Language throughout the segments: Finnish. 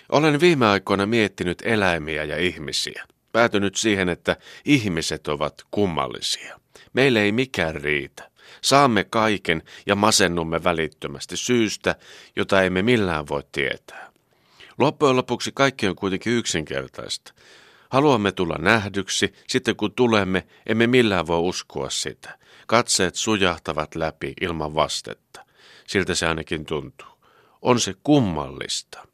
Olen viime aikoina miettinyt eläimiä ja ihmisiä. Päätynyt siihen, että ihmiset ovat kummallisia. Meille ei mikään riitä. Saamme kaiken ja masennumme välittömästi syystä, jota emme millään voi tietää. Loppujen lopuksi kaikki on kuitenkin yksinkertaista. Haluamme tulla nähdyksi, sitten kun tulemme, emme millään voi uskoa sitä. Katseet sujahtavat läpi ilman vastetta. Siltä se ainakin tuntuu. On se kummallista.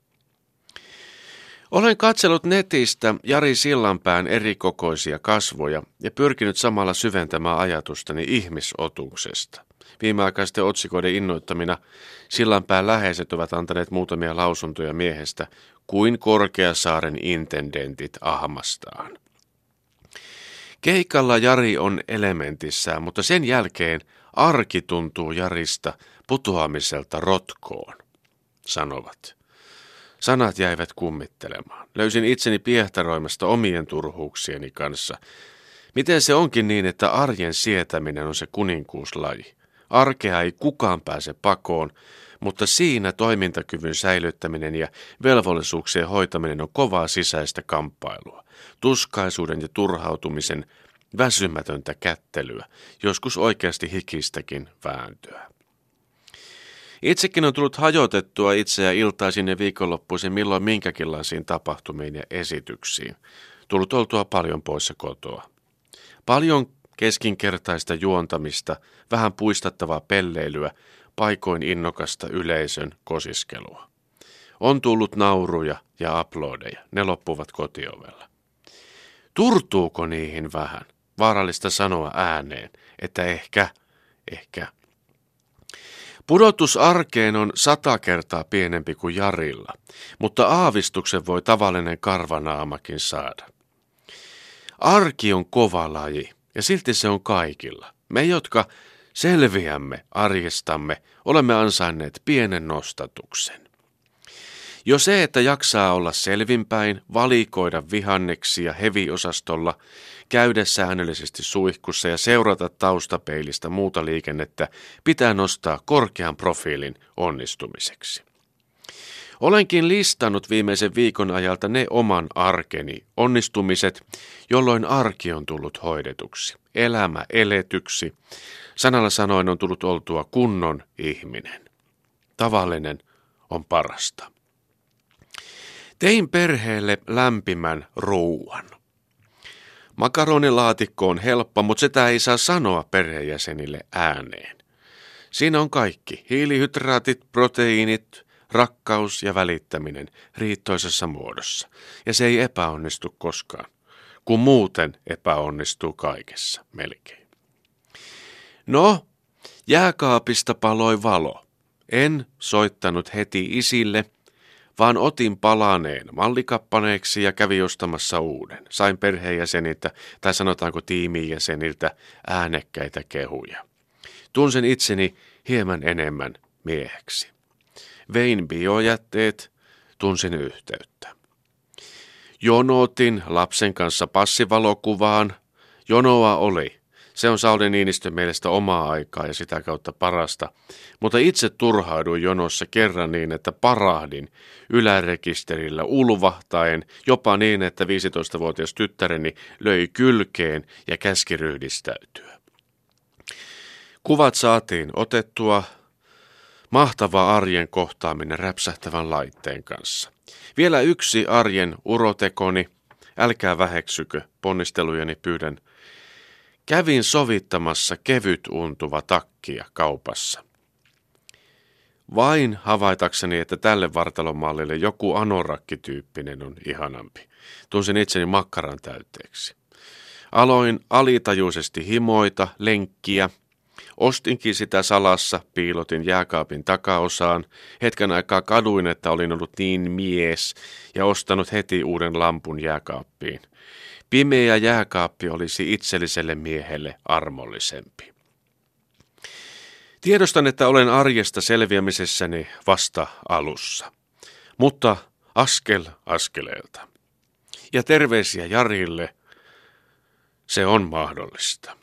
Olen katsellut netistä Jari Sillanpään erikokoisia kasvoja ja pyrkinyt samalla syventämään ajatustani ihmisotuksesta. Viimeaikaisten otsikoiden innoittamina Sillanpään läheiset ovat antaneet muutamia lausuntoja miehestä kuin Korkeasaaren intendentit ahmastaan. Keikalla Jari on elementissään, mutta sen jälkeen arki tuntuu Jarista putoamiselta rotkoon, sanovat. Sanat jäivät kummittelemaan. Löysin itseni piehtaroimasta omien turhuuksieni kanssa. Miten se onkin niin, että arjen sietäminen on se kuninkuuslaji? Arkea ei kukaan pääse pakoon, mutta siinä toimintakyvyn säilyttäminen ja velvollisuuksien hoitaminen on kovaa sisäistä kamppailua. Tuskaisuuden ja turhautumisen väsymätöntä kättelyä, joskus oikeasti hikistäkin vääntöä. Itsekin on tullut hajotettua itseä iltaisin ja viikonloppuisin milloin minkäkinlaisiin tapahtumiin ja esityksiin. Tullut oltua paljon poissa kotoa. Paljon keskinkertaista juontamista, vähän puistattavaa pelleilyä, paikoin innokasta yleisön kosiskelua. On tullut nauruja ja aplodeja, ne loppuvat kotiovella. Turtuuko niihin vähän? Vaarallista sanoa ääneen, että ehkä. Pudotus arkeen on 100 kertaa pienempi kuin Jarilla, mutta aavistuksen voi tavallinen karvanaamakin saada. Arki on kova laji, ja silti se on kaikilla. Me, jotka selviämme arjestamme, olemme ansainneet pienen nostatuksen. Jo se, että jaksaa olla selvinpäin, valikoida vihanneksia heviosastolla, käydä säännöllisesti suihkussa ja seurata taustapeilistä muuta liikennettä, pitää nostaa korkean profiilin onnistumiseksi. Olenkin listannut viimeisen viikon ajalta ne oman arkeni onnistumiset, jolloin arki on tullut hoidetuksi, elämä eletyksi, sanalla sanoen on tullut oltua kunnon ihminen. Tavallinen on parasta. Tein perheelle lämpimän ruuan. Makaronilaatikko on helppo, mutta sitä ei saa sanoa perheenjäsenille ääneen. Siinä on kaikki, hiilihydraatit, proteiinit, rakkaus ja välittäminen riittoisessa muodossa. Ja se ei epäonnistu koskaan, kun muuten epäonnistuu kaikessa melkein. No, jääkaapista paloi valo. En soittanut heti isille, vaan otin palaneen mallikappaneeksi ja kävin ostamassa uuden. Sain perheenjäseniltä, tai sanotaanko tiimijäseniltä, äänekkäitä kehuja. Tunsin itseni hieman enemmän mieheksi. Vein biojätteet, tunsin yhteyttä. Jonotin lapsen kanssa passivalokuvaan. Jonoa oli. Se on Sauli Niinistön mielestä omaa aikaa ja sitä kautta parasta, mutta itse turhauduin jonossa kerran niin, että parahdin ylärekisterillä ulvahtaen, jopa niin, että 15-vuotias tyttäreni löi kylkeen ja käski ryhdistäytyä. Kuvat saatiin otettua. Mahtava arjen kohtaaminen räpsähtävän laitteen kanssa. Vielä yksi arjen urotekoni, älkää väheksykö, ponnistelujeni pyydän. Kävin sovittamassa kevyt untuva takkia kaupassa. Vain havaitakseni, että tälle vartalomallille joku anorakkityyppinen on ihanampi. Tunsin itseni makkaran täytteeksi. Aloin alitajuisesti himoita, lenkkiä. Ostinkin sitä salassa, piilotin jääkaapin takaosaan. Hetken aikaa kaduin, että olin ollut niin mies ja ostanut heti uuden lampun jääkaappiin. Pimeä jääkaappi olisi itselliselle miehelle armollisempi. Tiedostan, että olen arjesta selviämisessäni vasta alussa, mutta askel askeleelta. Ja terveisiä Jarille, se on mahdollista.